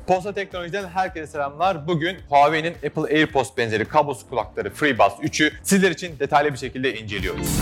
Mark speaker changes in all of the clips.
Speaker 1: Posta Teknoloji'den herkese selamlar. Bugün Huawei'nin Apple AirPods benzeri kablosuz kulakları FreeBuds 3'ü sizler için detaylı bir şekilde inceliyoruz.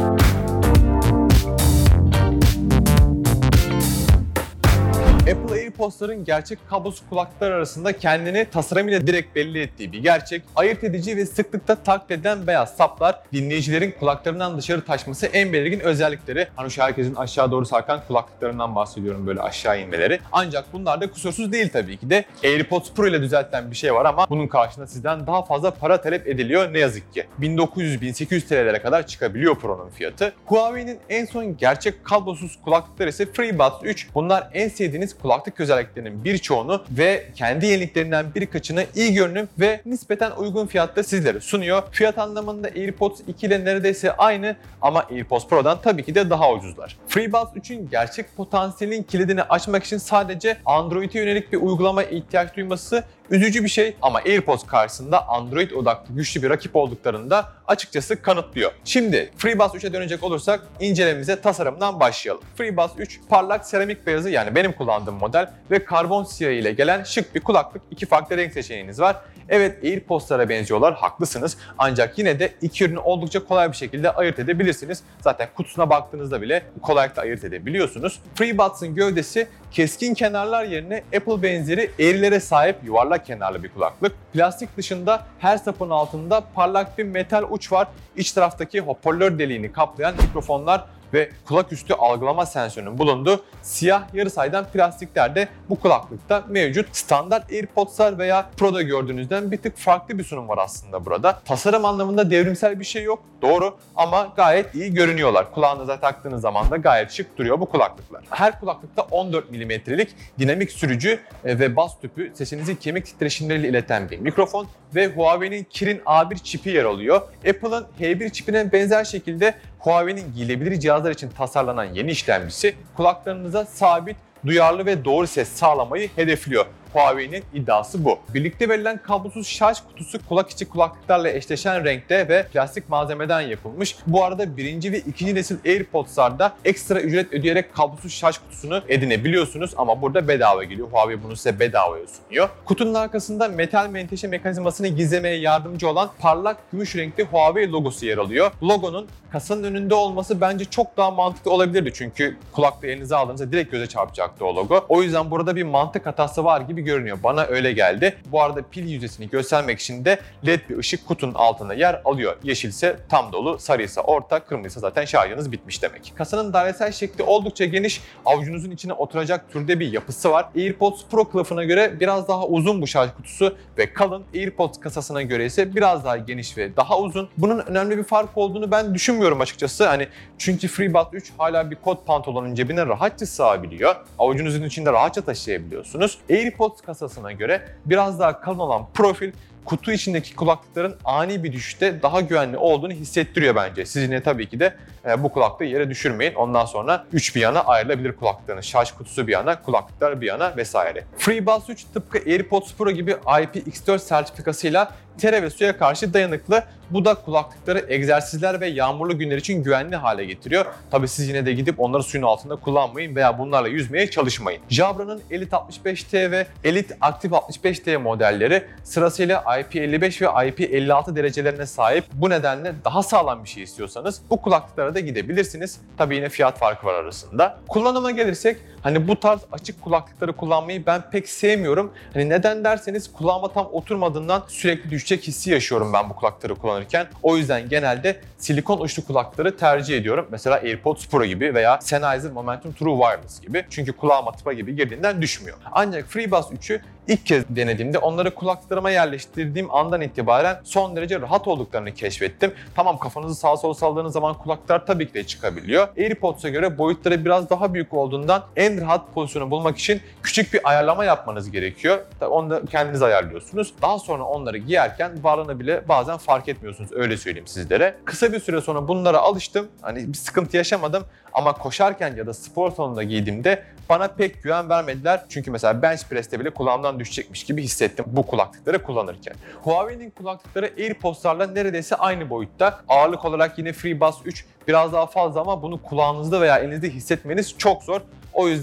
Speaker 1: Apple AirPods'ların gerçek kablosuz kulaklıklar arasında kendini tasarımıyla direkt belli ettiği bir gerçek. Ayırt edici ve sıklıkta taklit edilen beyaz saplar dinleyicilerin kulaklarından dışarı taşması en belirgin özellikleri. Hani şu herkesin aşağı doğru sarkan kulaklıklarından bahsediyorum, böyle aşağı inmeleri. Ancak bunlar da kusursuz değil tabii ki de. AirPods Pro ile düzeltilen bir şey var ama bunun karşılığında sizden daha fazla para talep ediliyor ne yazık ki. 1900-1800 TL'lere kadar çıkabiliyor Pro'nun fiyatı. Huawei'nin en son gerçek kablosuz kulaklıkları ise FreeBuds 3. Bunlar en sevdiğiniz kulaklık özelliklerinin birçoğunu ve kendi yeniliklerinden birkaçını iyi görünüm ve nispeten uygun fiyatta sizlere sunuyor. Fiyat anlamında AirPods 2 ile neredeyse aynı ama AirPods Pro'dan tabii ki de daha ucuzlar. FreeBuds 3'ün gerçek potansiyelin kilidini açmak için sadece Android'e yönelik bir uygulama ihtiyaç duyması üzücü bir şey ama AirPods karşısında Android odaklı güçlü bir rakip olduklarını da açıkçası kanıtlıyor. Şimdi FreeBuds 3'e dönecek olursak incelememize tasarımdan başlayalım. FreeBuds 3 parlak seramik beyazı, yani benim kullandığım model, ve karbon siyahı ile gelen şık bir kulaklık. İki farklı renk seçeneğiniz var. Evet, AirPods'lara benziyorlar, haklısınız. Ancak yine de iki ürünü oldukça kolay bir şekilde ayırt edebilirsiniz. Zaten kutusuna baktığınızda bile kolaylıkla ayırt edebiliyorsunuz. FreeBuds'ın gövdesi keskin kenarlar yerine Apple benzeri eğrilere sahip yuvarlak kenarlı bir kulaklık. Plastik dışında her sapın altında parlak bir metal uç var. İç taraftaki hoparlör deliğini kaplayan mikrofonlar ve kulak üstü algılama sensörünün bulunduğu siyah yarı saydam plastikler de bu kulaklıkta mevcut. Standart AirPods'lar veya Pro'da gördüğünüzden bir tık farklı bir sunum var aslında burada. Tasarım anlamında devrimsel bir şey yok, doğru, ama gayet iyi görünüyorlar. Kulağınıza taktığınız zaman da gayet şık duruyor bu kulaklıklar. Her kulaklıkta 14 mm'lik dinamik sürücü ve bas tüpü, sesinizi kemik titreşimleriyle ileten bir mikrofon ve Huawei'nin Kirin A1 çipi yer alıyor. Apple'ın H1 çipine benzer şekilde Huawei'nin giyilebilir cihazlar için tasarlanan yeni işlemcisi kulaklarınıza sabit, duyarlı ve doğru ses sağlamayı hedefliyor. Huawei'nin iddiası bu. Birlikte verilen kablosuz şarj kutusu kulak içi kulaklıklarla eşleşen renkte ve plastik malzemeden yapılmış. Bu arada birinci ve ikinci nesil AirPods'larda ekstra ücret ödeyerek kablosuz şarj kutusunu edinebiliyorsunuz ama burada bedava geliyor. Huawei bunu size bedavaya sunuyor. Kutunun arkasında metal menteşe mekanizmasını gizlemeye yardımcı olan parlak gümüş renkli Huawei logosu yer alıyor. Logonun kasanın önünde olması bence çok daha mantıklı olabilirdi çünkü kulaklığı elinize aldığınızda direkt göze çarpacaktı o logo. O yüzden burada bir mantık hatası var gibi görünüyor. Bana öyle geldi. Bu arada pil yüzdesini göstermek için de LED bir ışık kutunun altında yer alıyor. Yeşilse tam dolu, sarıysa orta, kırmızıysa zaten şarjınız bitmiş demek. Kasanın dairesel şekli oldukça geniş, avucunuzun içine oturacak türde bir yapısı var. AirPods Pro kılıfına göre biraz daha uzun bu şarj kutusu ve kalın. AirPods kasasına göre ise biraz daha geniş ve daha uzun. Bunun önemli bir fark olduğunu ben düşünmüyorum açıkçası. Çünkü FreeBuds 3 hala bir kot pantolonun cebine rahatça sığabiliyor. Avucunuzun içinde rahatça taşıyabiliyorsunuz. AirPods kasasına göre biraz daha kalın olan profil kutu içindeki kulaklıkların ani bir düşüşte daha güvenli olduğunu hissettiriyor bence. Siz yine tabii ki de bu kulaklığı yere düşürmeyin. Ondan sonra 3 bir yana ayrılabilir kulaklıkların. Şarj kutusu bir yana, kulaklıklar bir yana vesaire. FreeBuds 3 tıpkı AirPods Pro gibi IPX4 sertifikasıyla tere ve suya karşı dayanıklı. Bu da kulaklıkları egzersizler ve yağmurlu günler için güvenli hale getiriyor. Tabii siz yine de gidip onları suyun altında kullanmayın veya bunlarla yüzmeye çalışmayın. Jabra'nın Elite 65T ve Elite Active 65T modelleri sırasıyla IP55 ve IP56 derecelerine sahip. Bu nedenle daha sağlam bir şey istiyorsanız bu kulaklıklara da gidebilirsiniz. Tabii yine fiyat farkı var arasında. Kullanıma gelirsek bu tarz açık kulaklıkları kullanmayı ben pek sevmiyorum. Neden derseniz kulağıma tam oturmadığından sürekli düşecek hissi yaşıyorum ben bu kulaklıkları kullanırken. O yüzden genelde silikon uçlu kulaklıkları tercih ediyorum. Mesela AirPods Pro gibi veya Sennheiser Momentum True Wireless gibi. Çünkü kulağıma tıpa gibi girdiğinden düşmüyor. Ancak FreeBuds 3'ü ilk kez denediğimde onları kulaklıklarıma yerleştirdiğim andan itibaren son derece rahat olduklarını keşfettim. Tamam, kafanızı sağa sola salladığınız zaman kulaklıklar tabii ki de çıkabiliyor. AirPods'a göre boyutları biraz daha büyük olduğundan en rahat pozisyonu bulmak için küçük bir ayarlama yapmanız gerekiyor. Tabii onu da kendiniz ayarlıyorsunuz. Daha sonra onları giyerken varlığını bile bazen fark etmiyorsunuz, öyle söyleyeyim sizlere. Kısa bir süre sonra bunlara alıştım. Bir sıkıntı yaşamadım ama koşarken ya da spor salonunda giydiğimde bana pek güven vermediler. Çünkü mesela bench press'te bile kulağımdan düşecekmiş gibi hissettim bu kulaklıkları kullanırken. Huawei'nin kulaklıkları AirPods'larla neredeyse aynı boyutta. Ağırlık olarak yine FreeBuds 3 biraz daha fazla ama bunu kulağınızda veya elinizde hissetmeniz çok zor. O yüzden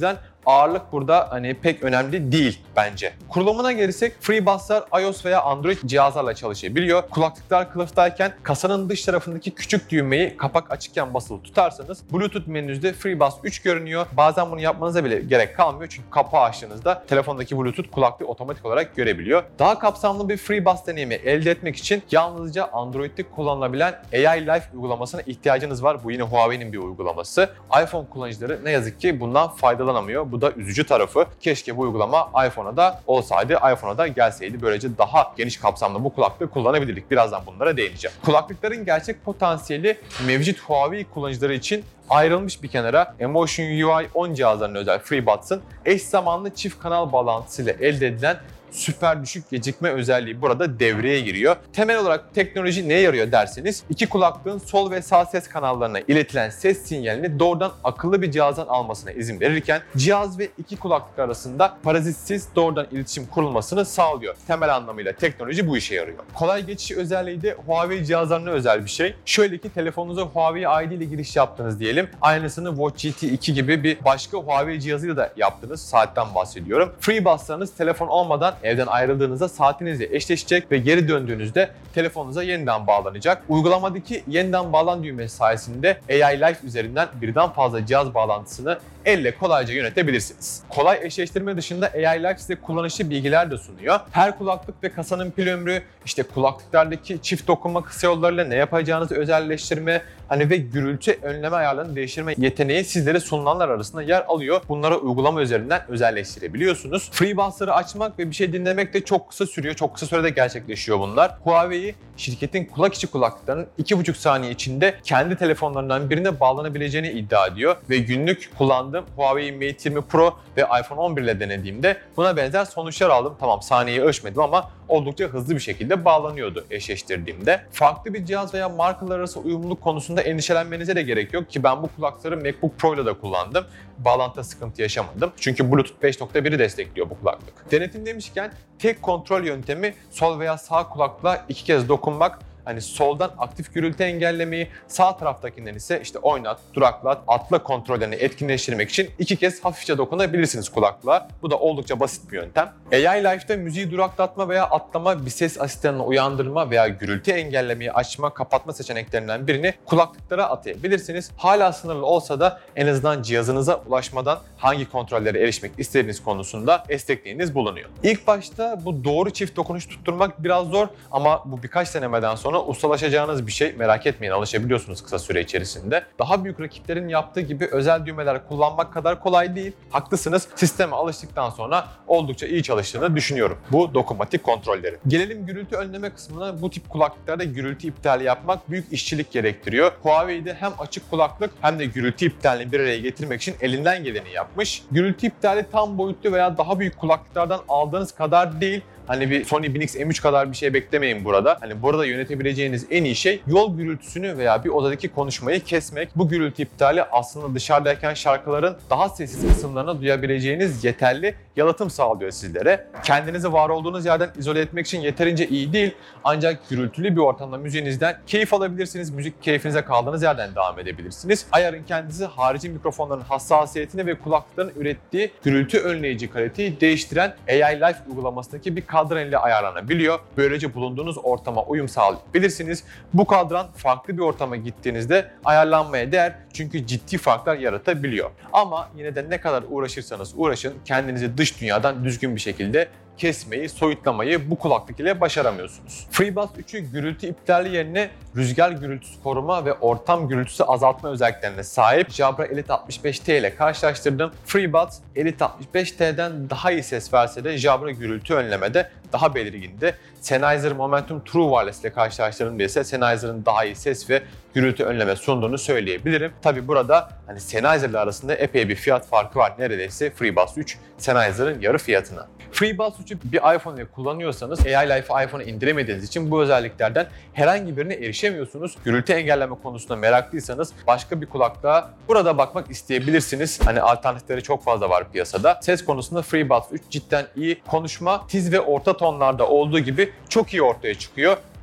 Speaker 1: ağırlık burada hani pek önemli değil bence. Kurulumuna gelirsek FreeBuds'lar iOS veya Android cihazlarla çalışabiliyor. Kulaklıklar kılıftayken kasanın dış tarafındaki küçük düğmeyi kapak açıkken basılı tutarsanız Bluetooth menünüzde FreeBuds 3 görünüyor. Bazen bunu yapmanıza bile gerek kalmıyor çünkü kapağı açtığınızda telefondaki Bluetooth kulaklığı otomatik olarak görebiliyor. Daha kapsamlı bir FreeBuds deneyimi elde etmek için yalnızca Android'de kullanılabilen AI Life uygulamasına ihtiyacınız var. Bu yine Huawei'nin bir uygulaması. iPhone kullanıcıları ne yazık ki bundan faydalanamıyor. Bu da üzücü tarafı. Keşke bu uygulama iPhone'a da olsaydı, iPhone'a da gelseydi. Böylece daha geniş kapsamda bu kulaklığı kullanabilirdik. Birazdan bunlara değineceğim. Kulaklıkların gerçek potansiyeli mevcut Huawei kullanıcıları için ayrılmış bir kenara. Emotion UI 10 cihazlarına özel FreeBuds'ın eş zamanlı çift kanal bağlantısıyla elde edilen süper düşük gecikme özelliği burada devreye giriyor. Temel olarak teknoloji neye yarıyor derseniz, iki kulaklığın sol ve sağ ses kanallarına iletilen ses sinyalini doğrudan akıllı bir cihazdan almasına izin verirken cihaz ve iki kulaklık arasında parazitsiz doğrudan iletişim kurulmasını sağlıyor. Temel anlamıyla teknoloji bu işe yarıyor. Kolay geçiş özelliği de Huawei cihazlarına özel bir şey. Şöyle ki telefonunuza Huawei ID ile giriş yaptınız diyelim. Aynısını Watch GT 2 gibi bir başka Huawei cihazıyla da yaptınız. Saatten bahsediyorum. FreeBuds'larınız telefon olmadan evden ayrıldığınızda saatinizle eşleşecek ve geri döndüğünüzde telefonunuza yeniden bağlanacak. Uygulamadaki yeniden bağlan düğmesi sayesinde AI Life üzerinden birden fazla cihaz bağlantısını elle kolayca yönetebilirsiniz. Kolay eşleştirme dışında AI Life size kullanışlı bilgiler de sunuyor. Her kulaklık ve kasanın pil ömrü, işte kulaklıklardaki çift dokunma kısa yollarıyla ne yapacağınızı özelleştirme, ve gürültü önleme ayarlarını değiştirme yeteneği sizlere sunulanlar arasında yer alıyor. Bunları uygulama üzerinden özelleştirebiliyorsunuz. FreeBuds'ları açmak ve bir şey dinlemek de çok kısa sürüyor. Çok kısa sürede gerçekleşiyor bunlar. Huawei şirketin kulak içi kulaklıklarının 2,5 saniye içinde kendi telefonlarından birine bağlanabileceğini iddia ediyor ve günlük kullandığım Huawei Mate 20 Pro ve iPhone 11 ile denediğimde buna benzer sonuçlar aldım. Tamam, saniyeyi ölçmedim ama oldukça hızlı bir şekilde bağlanıyordu eşleştirdiğimde. Farklı bir cihaz veya markalar arası uyumluluk konusunda endişelenmenize de gerek yok ki ben bu kulaklıkları MacBook Pro ile de kullandım. Bağlantıda sıkıntı yaşamadım. Çünkü Bluetooth 5.1'i destekliyor bu kulaklık. Denetim demişken tek kontrol yöntemi sol veya sağ kulaklığa 2 kez dokunmak. Soldan aktif gürültü engellemeyi, sağ taraftakinden ise oynat, duraklat, atla kontrollerini etkinleştirmek için 2 kez hafifçe dokunabilirsiniz kulaklığa. Bu da oldukça basit bir yöntem. AI Life'da müziği duraklatma veya atlama, bir ses asistanını uyandırma veya gürültü engellemeyi açma, kapatma seçeneklerinden birini kulaklıklara atayabilirsiniz. Hala sınırlı olsa da en azından cihazınıza ulaşmadan hangi kontrollere erişmek istediğiniz konusunda esnekliğiniz bulunuyor. İlk başta bu doğru çift dokunuş tutturmak biraz zor ama bu birkaç denemeden sonra ustalaşacağınız bir şey. Merak etmeyin, alışabiliyorsunuz kısa süre içerisinde. Daha büyük rakiplerin yaptığı gibi özel düğmeler kullanmak kadar kolay değil. Haklısınız. Sisteme alıştıktan sonra oldukça iyi çalıştığını düşünüyorum bu dokunmatik kontrolleri. Gelelim gürültü önleme kısmına. Bu tip kulaklıklarda gürültü iptali yapmak büyük işçilik gerektiriyor. Huawei'de hem açık kulaklık hem de gürültü iptalini bir araya getirmek için elinden geleni yapmış. Gürültü iptali tam boyutlu veya daha büyük kulaklıklardan aldığınız kadar değil. Bir Sony BNX M3 kadar bir şey beklemeyin burada. Burada yönetebileceğiniz en iyi şey yol gürültüsünü veya bir odadaki konuşmayı kesmek. Bu gürültü iptali aslında dışarıdayken şarkıların daha sessiz kısımlarını duyabileceğiniz yeterli yalıtım sağlıyor sizlere. Kendinizi var olduğunuz yerden izole etmek için yeterince iyi değil. Ancak gürültülü bir ortamda müziğinizden keyif alabilirsiniz. Müzik keyfinize kaldığınız yerden devam edebilirsiniz. Ayarın kendisi harici mikrofonların hassasiyetini ve kulaklıkların ürettiği gürültü önleyici kaliteyi değiştiren AI Life uygulamasındaki bir kadran ile ayarlanabiliyor. Böylece bulunduğunuz ortama uyum sağlayabilirsiniz. Bu kadran farklı bir ortama gittiğinizde ayarlanmaya değer çünkü ciddi farklar yaratabiliyor. Ama yine de ne kadar uğraşırsanız uğraşın kendinizi dış dünyadan düzgün bir şekilde kesmeyi, soyutlamayı bu kulaklık ile başaramıyorsunuz. FreeBuds 3'ü gürültü iptali yerine rüzgar gürültüsü koruma ve ortam gürültüsü azaltma özelliklerine sahip Jabra Elite 65T ile karşılaştırdım. FreeBuds Elite 65T'den daha iyi ses verse de Jabra gürültü önlemede daha belirgindi. Sennheiser Momentum True Wireless ile karşılaştırdığımda ise Sennheiser'ın daha iyi ses ve gürültü önleme sunduğunu söyleyebilirim. Tabi burada Sennheiser ile arasında epey bir fiyat farkı var. Neredeyse FreeBuds 3 Sennheiser'ın yarı fiyatına. FreeBuds 3'ü bir iPhone ile kullanıyorsanız AI Life iPhone'a indiremediğiniz için bu özelliklerden herhangi birine erişemiyorsunuz. Gürültü engelleme konusunda meraklıysanız başka bir kulaklığa burada bakmak isteyebilirsiniz. Alternatifleri çok fazla var piyasada. Ses konusunda FreeBuds 3 cidden iyi. Konuşma tiz ve orta tonlarda olduğu gibi çok iyi ortaya çıkıyor.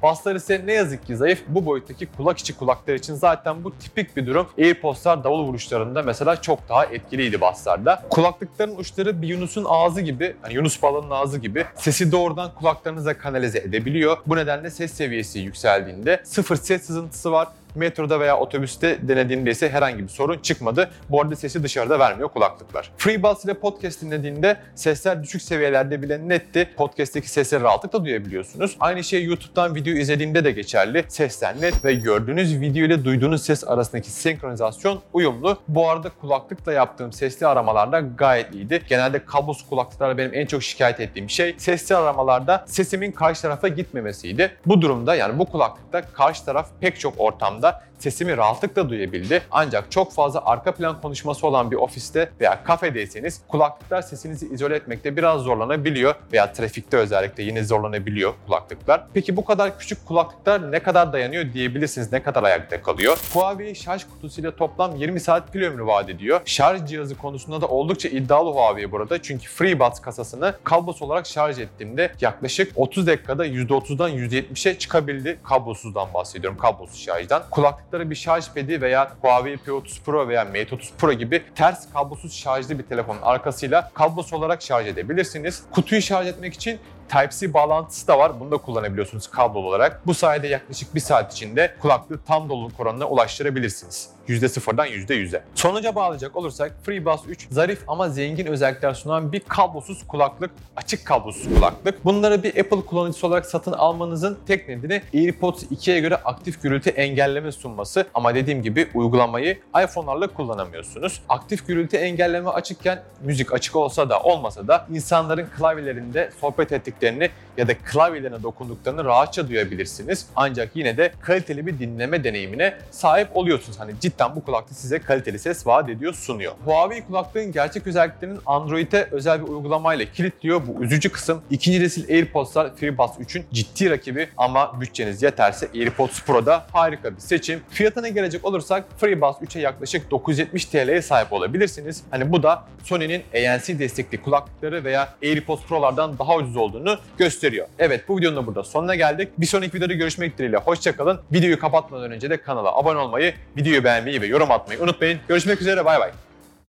Speaker 1: Baslar ise ne yazık ki zayıf. Bu boyuttaki kulak içi kulaklar için zaten bu tipik bir durum. AirPods'lar davul vuruşlarında mesela çok daha etkiliydi basslarda. Kulaklıkların uçları bir Yunus'un ağzı gibi, yani Yunus balığının ağzı gibi sesi doğrudan kulaklarınıza kanalize edebiliyor. Bu nedenle ses seviyesi yükseldiğinde sıfır ses sızıntısı var. Metroda veya otobüste denediğinde ise herhangi bir sorun çıkmadı. Bu arada sesi dışarıda vermiyor kulaklıklar. FreeBuds ile podcast dinlediğinde sesler düşük seviyelerde bile netti. Podcast'teki sesleri rahatlıkla duyabiliyorsunuz. Aynı şey YouTube'dan video izlediğimde de geçerli. Sesler net ve gördüğünüz video ile duyduğunuz ses arasındaki senkronizasyon uyumlu. Bu arada kulaklıkla yaptığım sesli aramalarda gayet iyiydi. Genelde kablosuz kulaklıklarda benim en çok şikayet ettiğim şey sesli aramalarda sesimin karşı tarafa gitmemesiydi. Bu durumda yani bu kulaklıkta karşı taraf pek çok ortamda sesimi rahatlıkla duyabildi. Ancak çok fazla arka plan konuşması olan bir ofiste veya kafedeyseniz kulaklıklar sesinizi izole etmekte biraz zorlanabiliyor veya trafikte özellikle yine zorlanabiliyor kulaklıklar. Peki bu kadar küçük kulaklıklar ne kadar dayanıyor diyebilirsiniz, ne kadar ayakta kalıyor? Huawei şarj kutusuyla toplam 20 saat pil ömrü vaat ediyor. Şarj cihazı konusunda da oldukça iddialı Huawei burada çünkü FreeBuds kasasını kablosuz olarak şarj ettiğimde yaklaşık 30 dakikada %30'dan %70'e çıkabildi. Kablosuzdan bahsediyorum, kablosuz şarjdan. Kulaklıkları bir şarj pedi veya Huawei P30 Pro veya Mate 30 Pro gibi ters kablosuz şarjlı bir telefonun arkasıyla kablosuz olarak şarj edebilirsiniz. Kutuyu şarj etmek için Type-C bağlantısı da var. Bunu da kullanabiliyorsunuz kablolu olarak. Bu sayede yaklaşık 1 saat içinde kulaklığı tam doluluk oranına ulaştırabilirsiniz. %0'dan %100'e. Sonuca bağlayacak olursak FreeBuds 3 zarif ama zengin özellikler sunan bir kablosuz kulaklık, açık kablosuz kulaklık. Bunları bir Apple kullanıcısı olarak satın almanızın tek nedeni AirPods 2'ye göre aktif gürültü engelleme sunması. Ama dediğim gibi uygulamayı iPhone'larla kullanamıyorsunuz. Aktif gürültü engelleme açıkken müzik açık olsa da olmasa da insanların klavyelerinde sohbet ettiklerini ya da klavyelerine dokunduklarını rahatça duyabilirsiniz. Ancak yine de kaliteli bir dinleme deneyimine sahip oluyorsunuz. Hani cidden bu kulaklık size kaliteli ses vaat ediyor, sunuyor. Huawei kulaklığın gerçek özelliklerinin Android'e özel bir uygulamayla kilitliyor. Bu üzücü kısım. İkinci nesil AirPods'lar FreeBuds 3'ün ciddi rakibi ama bütçeniz yeterse AirPods Pro'da harika bir seçim. Fiyatına gelecek olursak FreeBuds 3'e yaklaşık 970 TL'ye sahip olabilirsiniz. Hani bu da Sony'nin ANC destekli kulaklıkları veya AirPods Pro'lardan daha ucuz olduğunu gösteriyor. Evet, bu videonun da burada sonuna geldik. Bir sonraki videoda görüşmek dileğiyle. Hoşça kalın. Videoyu kapatmadan önce de kanala abone olmayı, videoyu beğenmeyi ve yorum atmayı unutmayın. Görüşmek üzere, bay bay.